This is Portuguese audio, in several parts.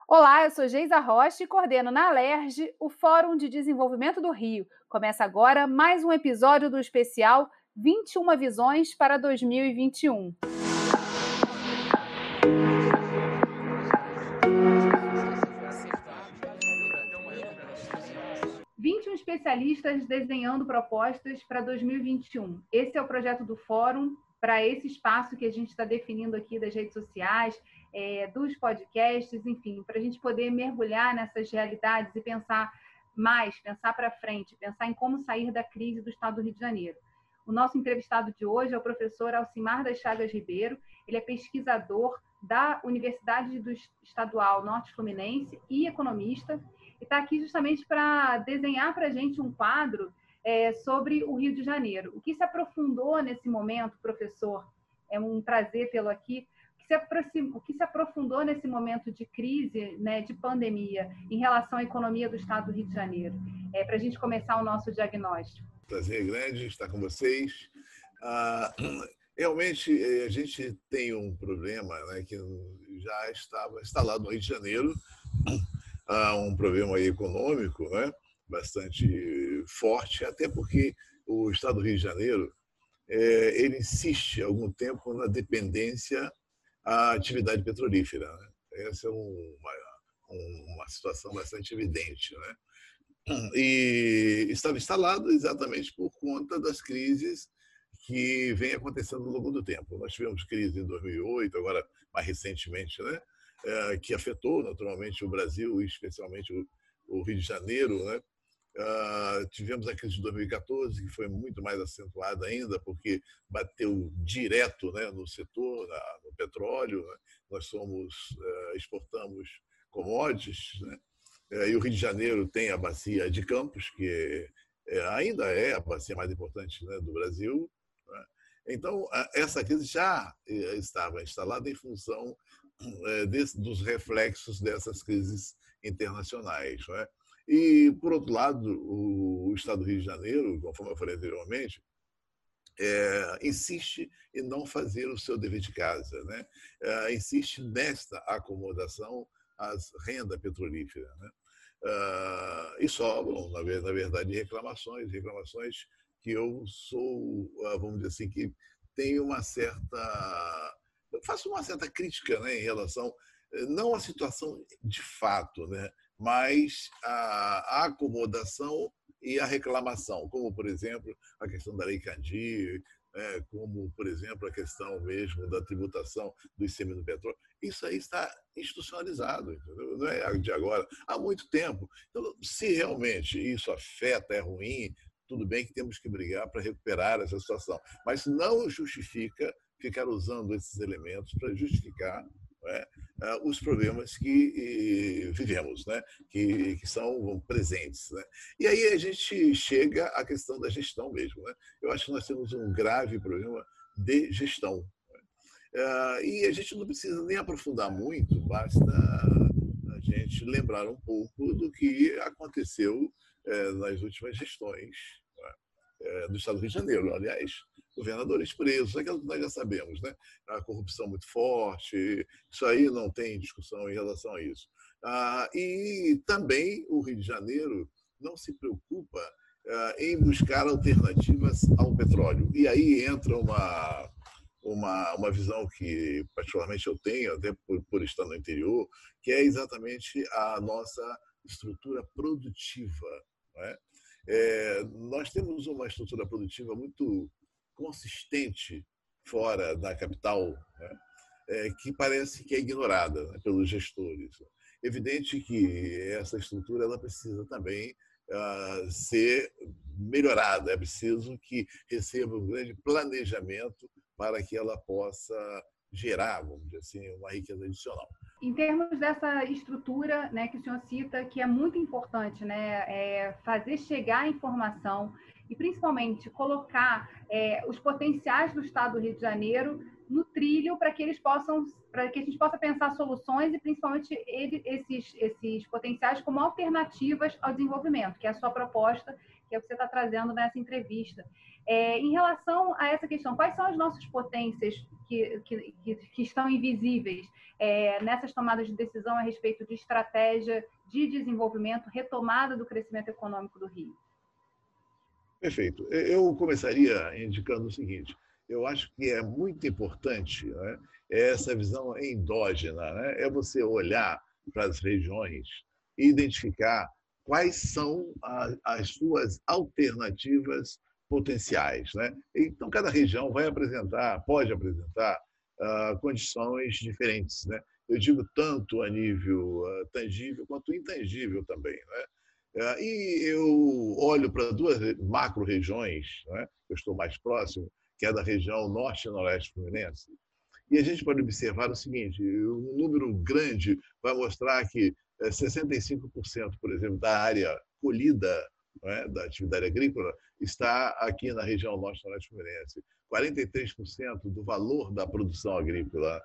Olá, eu sou Geisa Rocha e coordeno na Alerj o Fórum de Desenvolvimento do Rio. Começa agora mais um episódio do especial 21 Visões para 2021. 21 especialistas desenhando propostas para 2021. Esse é o projeto do Fórum, para esse espaço que a gente está definindo aqui das redes sociais, dos podcasts, enfim, para a gente poder mergulhar nessas realidades e pensar mais, pensar para frente, pensar em como sair da crise do Estado do Rio de Janeiro. O nosso entrevistado de hoje é o professor Alcimar das Chagas Ribeiro. Ele é pesquisador da Universidade Estadual Norte Fluminense e economista, e está aqui justamente para desenhar para a gente um quadro sobre o Rio de Janeiro. O que se aprofundou nesse momento, professor, é um prazer tê-lo aqui, o que se aprofundou nesse momento de crise, né, de pandemia, em relação à economia do Estado do Rio de Janeiro, para a gente começar o nosso diagnóstico. Prazer grande estar com vocês. Realmente, a gente tem um problema, né, que já estava instalado no Rio de Janeiro, um problema econômico, né, bastante forte, até porque o Estado do Rio de Janeiro ele insiste há algum tempo na dependência à atividade petrolífera, né? Essa é uma situação bastante evidente, né? E estava instalado exatamente por conta das crises que vem acontecendo ao longo do tempo. Nós tivemos crise em 2008, agora mais recentemente, né? Que afetou naturalmente o Brasil, e especialmente o Rio de Janeiro, né? Tivemos a crise de 2014, que foi muito mais acentuada ainda, porque bateu direto, né, no setor, no petróleo, né? Nós exportamos commodities, né? E o Rio de Janeiro tem a bacia de Campos, que ainda é a bacia mais importante, né, do Brasil, né? Então, essa crise já estava instalada em função dos reflexos dessas crises internacionais, né? E, por outro lado, o Estado do Rio de Janeiro, conforme eu falei anteriormente, insiste em não fazer o seu dever de casa, né? Insiste nesta acomodação às renda petrolífera, né? E sobram, na verdade, reclamações que eu sou, vamos dizer assim, que tenho uma certa... Eu faço uma certa crítica, né, em relação, não à situação de fato, né, mas à acomodação e à reclamação, como, por exemplo, a questão da Lei Candir, como, por exemplo, a questão mesmo da tributação do ICMS do petróleo. Isso aí está institucionalizado, entendeu? Não é de agora, há muito tempo. Então, se realmente isso afeta, é ruim, tudo bem que temos que brigar para recuperar essa situação, mas não justifica ficar usando esses elementos para justificar, né, os problemas que vivemos, né, que são presentes, né? E aí a gente chega à questão da gestão mesmo, né? Eu acho que nós temos um grave problema de gestão. E a gente não precisa nem aprofundar muito, basta a gente lembrar um pouco do que aconteceu nas últimas gestões, do Estado do Rio de Janeiro. Aliás, governadores presos, aquilo que nós já sabemos, né? A corrupção muito forte, isso aí não tem discussão em relação a isso. E também o Rio de Janeiro não se preocupa em buscar alternativas ao petróleo. E aí entra uma visão que particularmente eu tenho, até por estar no interior, que é exatamente a nossa estrutura produtiva, não é? Nós temos uma estrutura produtiva muito consistente fora da capital, né? Que parece que é ignorada, né, pelos gestores. Evidente que essa estrutura ela precisa também ser melhorada, é preciso que receba um grande planejamento para que ela possa gerar, vamos dizer assim, uma riqueza adicional. Em termos dessa estrutura, né, que o senhor cita, que é muito importante, né, fazer chegar a informação e, principalmente, colocar os potenciais do Estado do Rio de Janeiro no trilho para que a gente possa pensar soluções e, principalmente, esses potenciais como alternativas ao desenvolvimento, que é a sua proposta, que é o que você está trazendo nessa entrevista. Em relação a essa questão, quais são as nossas potências que estão invisíveis nessas tomadas de decisão a respeito de estratégia de desenvolvimento, retomada do crescimento econômico do Rio? Perfeito. Eu começaria indicando o seguinte: eu acho que é muito importante, né, essa visão endógena, né? É você olhar para as regiões e identificar quais são as suas alternativas potenciais, né? Então, cada região pode apresentar condições diferentes, né? Eu digo tanto a nível tangível quanto intangível também, né? E eu olho para duas macro-regiões, né? Eu estou mais próximo, que é da região norte e noroeste fluminense, e a gente pode observar o seguinte: um número grande vai mostrar que 65%, por exemplo, da área colhida, né, da atividade agrícola está aqui na região norte e noroeste fluminense. 43% do valor da produção agrícola,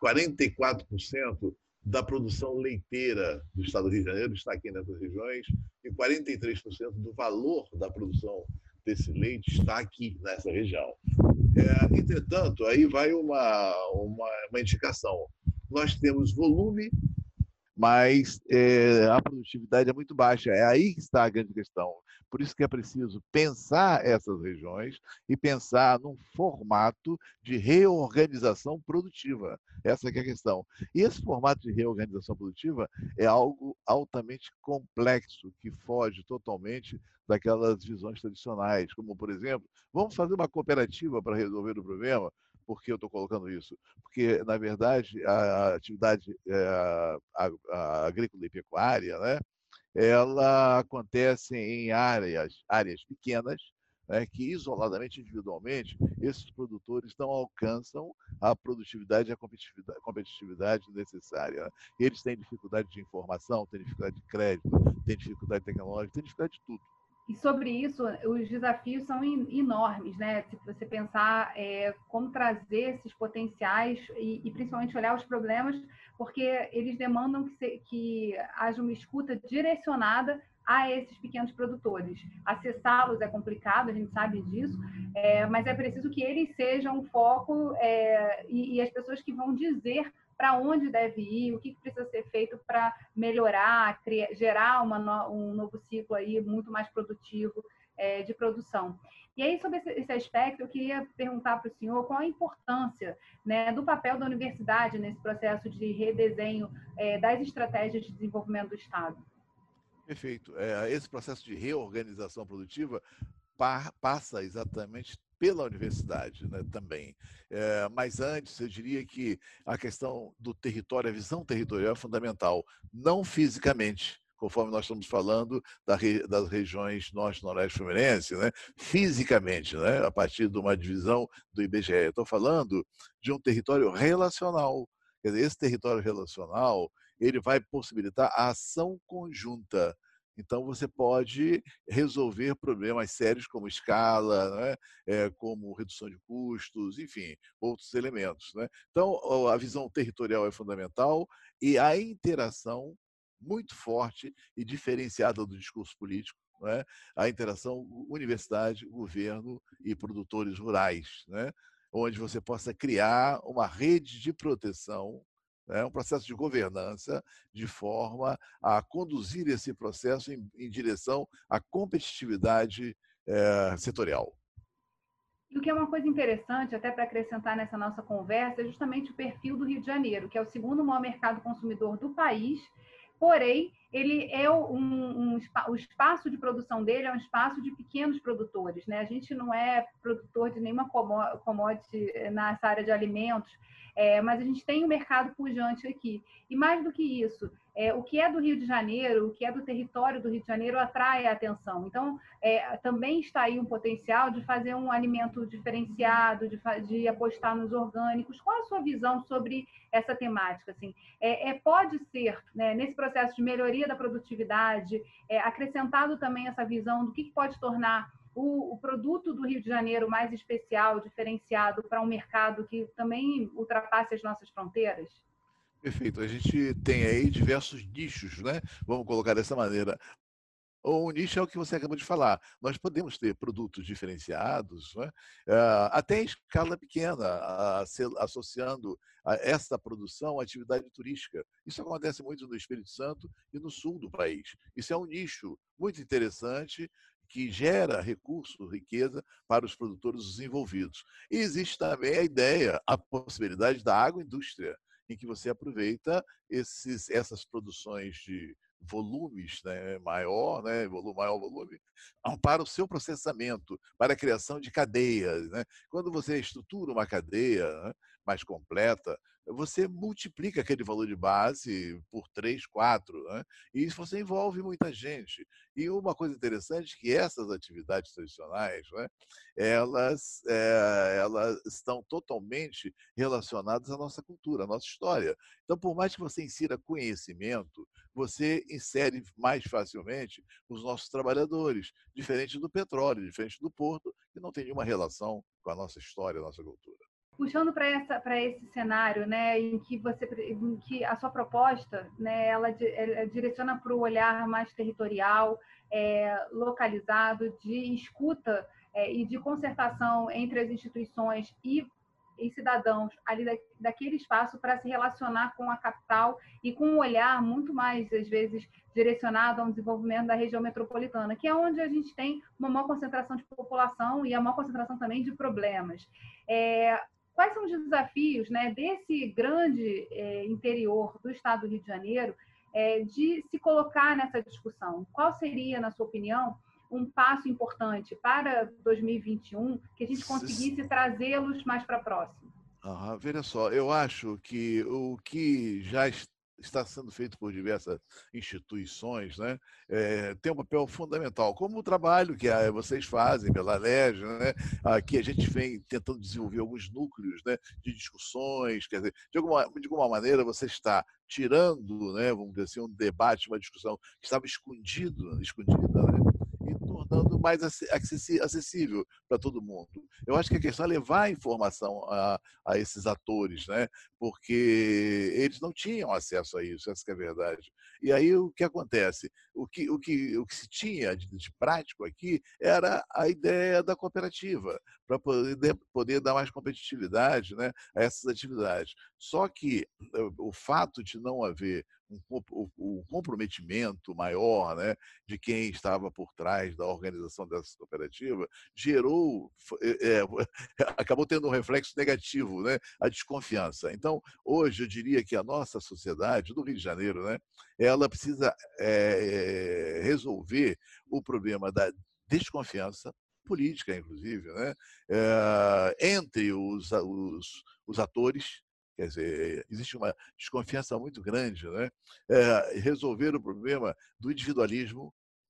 44% da produção leiteira do estado do Rio de Janeiro está aqui nessas regiões, e 43% do valor da produção desse leite está aqui nessa região. Entretanto, aí vai uma indicação. Nós temos volume, mas a produtividade é muito baixa. É aí que está a grande questão. Por isso que é preciso pensar essas regiões e pensar num formato de reorganização produtiva. Essa que é a questão. E esse formato de reorganização produtiva é algo altamente complexo, que foge totalmente daquelas visões tradicionais, como, por exemplo, vamos fazer uma cooperativa para resolver o problema. Por que eu estou colocando isso? Porque, na verdade, a atividade a agrícola e pecuária, né, ela acontece em áreas pequenas, né, que isoladamente, individualmente, esses produtores não alcançam a produtividade e a competitividade necessária. Né? Eles têm dificuldade de informação, têm dificuldade de crédito, têm dificuldade tecnológica, têm dificuldade de tudo. E sobre isso, os desafios são enormes, né? Se você pensar como trazer esses potenciais e principalmente olhar os problemas, porque eles demandam que haja uma escuta direcionada a esses pequenos produtores. Acessá-los é complicado, a gente sabe disso, mas é preciso que eles sejam o foco e as pessoas que vão dizer para onde deve ir, o que precisa ser feito para melhorar, gerar um novo ciclo aí muito mais produtivo de produção. E aí, sobre esse aspecto, eu queria perguntar para o senhor qual a importância, né, do papel da universidade nesse processo de redesenho das estratégias de desenvolvimento do Estado. Perfeito. Esse processo de reorganização produtiva passa exatamente pela universidade, né, também. Mas antes, eu diria que a questão do território, a visão territorial é fundamental, não fisicamente, conforme nós estamos falando das regiões norte e noroeste fluminense, né, fisicamente, né, a partir de uma divisão do IBGE. Eu estou falando de um território relacional. Quer dizer, esse território relacional ele vai possibilitar a ação conjunta. Então, você pode resolver problemas sérios como escala, né? Como redução de custos, enfim, outros elementos. Né? Então, a visão territorial é fundamental e a interação muito forte e diferenciada do discurso político, né? A interação universidade, governo e produtores rurais, né? Onde você possa criar uma rede de proteção, um processo de governança, de forma a conduzir esse processo em direção à competitividade setorial. E o que é uma coisa interessante, até para acrescentar nessa nossa conversa, é justamente o perfil do Rio de Janeiro, que é o segundo maior mercado consumidor do país, porém, ele é o espaço de produção dele é um espaço de pequenos produtores. Né? A gente não é produtor de nenhuma commodity nessa área de alimentos, mas a gente tem um mercado pujante aqui. E mais do que isso, o que é do Rio de Janeiro, o que é do território do Rio de Janeiro atrai a atenção. Então, também está aí um potencial de fazer um alimento diferenciado, de apostar nos orgânicos. Qual a sua visão sobre essa temática? Assim, pode ser, né, nesse processo de melhoria da produtividade, acrescentado também essa visão do que pode tornar o produto do Rio de Janeiro mais especial, diferenciado para um mercado que também ultrapasse as nossas fronteiras? Perfeito. A gente tem aí diversos nichos, né? Vamos colocar dessa maneira. O nicho é o que você acabou de falar. Nós podemos ter produtos diferenciados, né, até em escala pequena, associando essa produção à atividade turística. Isso acontece muito no Espírito Santo e no sul do país. Isso é um nicho muito interessante que gera recurso, riqueza para os produtores envolvidos. E existe também a ideia, a possibilidade da agroindústria, em que você aproveita essas produções de volumes, né, maior volume, para o seu processamento, para a criação de cadeias, né? Quando você estrutura uma cadeia, né, mais completa, você multiplica aquele valor de base por 3, 4, né? E isso você envolve muita gente. E uma coisa interessante é que essas atividades tradicionais, né, elas estão totalmente relacionadas à nossa cultura, à nossa história. Então, por mais que você insira conhecimento, você insere mais facilmente os nossos trabalhadores, diferente do petróleo, diferente do porto, que não tem nenhuma relação com a nossa história, a nossa cultura. Puxando para esse cenário, né, em que a sua proposta, né, ela direciona para o olhar mais territorial, localizado, de escuta e de concertação entre as instituições e cidadãos ali daquele espaço para se relacionar com a capital e com um olhar muito mais, às vezes, direcionado ao desenvolvimento da região metropolitana, que é onde a gente tem uma maior concentração de população e a maior concentração também de problemas. Quais são os desafios, né, desse grande interior do estado do Rio de Janeiro de se colocar nessa discussão? Qual seria, na sua opinião, um passo importante para 2021 que a gente conseguisse trazê-los mais para próximo? Veja só, eu acho que o que já está sendo feito por diversas instituições, né, tem um papel fundamental, como o trabalho que vocês fazem pela Alerj, né, aqui a gente vem tentando desenvolver alguns núcleos, né, de discussões, quer dizer, de alguma maneira você está tirando, né, vamos dizer assim, um debate, uma discussão que estava escondida, né, e tornando mais acessível para todo mundo. Eu acho que a questão é levar a informação a esses atores, né? Porque eles não tinham acesso a isso, essa que é a verdade. E aí o que acontece? O que se tinha de prático aqui era a ideia da cooperativa, para poder dar mais competitividade, né, a essas atividades. Só que o fato de não haver um comprometimento maior, né, de quem estava por trás da organização dessa cooperativa gerou, acabou tendo um reflexo negativo, né, a desconfiança. Então, hoje eu diria que a nossa sociedade do Rio de Janeiro, né, ela precisa resolver o problema da desconfiança política, inclusive, né, entre os atores. Quer dizer, existe uma desconfiança muito grande, né? Resolver o problema do individualismo.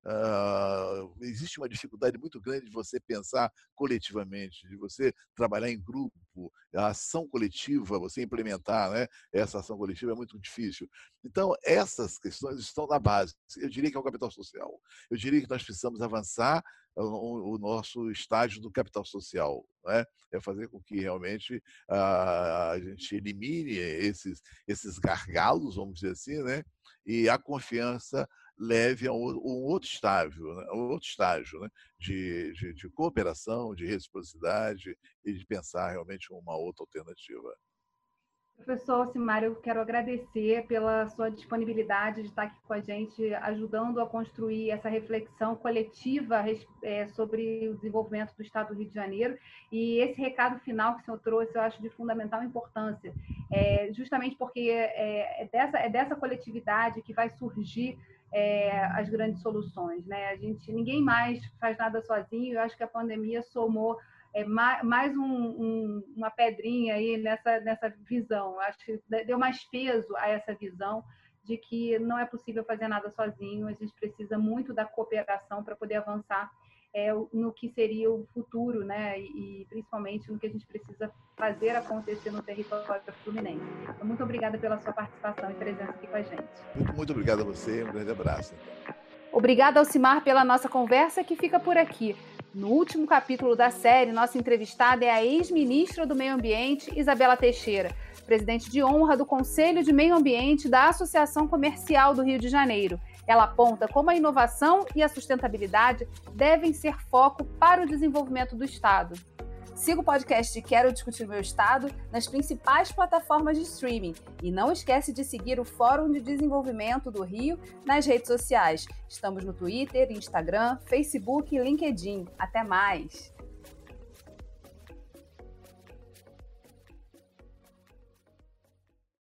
Existe uma dificuldade muito grande de você pensar coletivamente, de você trabalhar em grupo, a ação coletiva, você implementar, né, essa ação coletiva é muito difícil. Então, essas questões estão na base. Eu diria que é o capital social. Eu diria que nós precisamos avançar o nosso estágio do capital social, né? É fazer com que realmente a gente elimine esses gargalos, vamos dizer assim, né? E a confiança leve a um outro estágio, né? De cooperação, de reciprocidade e de pensar realmente uma outra alternativa. Professor Ocimar, eu quero agradecer pela sua disponibilidade de estar aqui com a gente, ajudando a construir essa reflexão coletiva sobre o desenvolvimento do Estado do Rio de Janeiro. E esse recado final que o senhor trouxe, eu acho de fundamental importância, justamente porque é dessa coletividade que vai surgir as grandes soluções, né? Ninguém mais faz nada sozinho. Eu acho que a pandemia somou mais uma pedrinha aí nessa visão. Acho que deu mais peso a essa visão de que não é possível fazer nada sozinho, a gente precisa muito da cooperação para poder avançar no que seria o futuro, né? E principalmente no que a gente precisa fazer acontecer no território fluminense. Então, muito obrigada pela sua participação e presença aqui com a gente. Muito obrigado a você, um grande abraço. Obrigada, Ocimar, pela nossa conversa, que fica por aqui. No último capítulo da série, nossa entrevistada é a ex-ministra do Meio Ambiente, Isabela Teixeira, presidente de honra do Conselho de Meio Ambiente da Associação Comercial do Rio de Janeiro. Ela aponta como a inovação e a sustentabilidade devem ser foco para o desenvolvimento do Estado. Siga o podcast Quero Discutir Meu Estado nas principais plataformas de streaming. E não esquece de seguir o Fórum de Desenvolvimento do Rio nas redes sociais. Estamos no Twitter, Instagram, Facebook e LinkedIn. Até mais!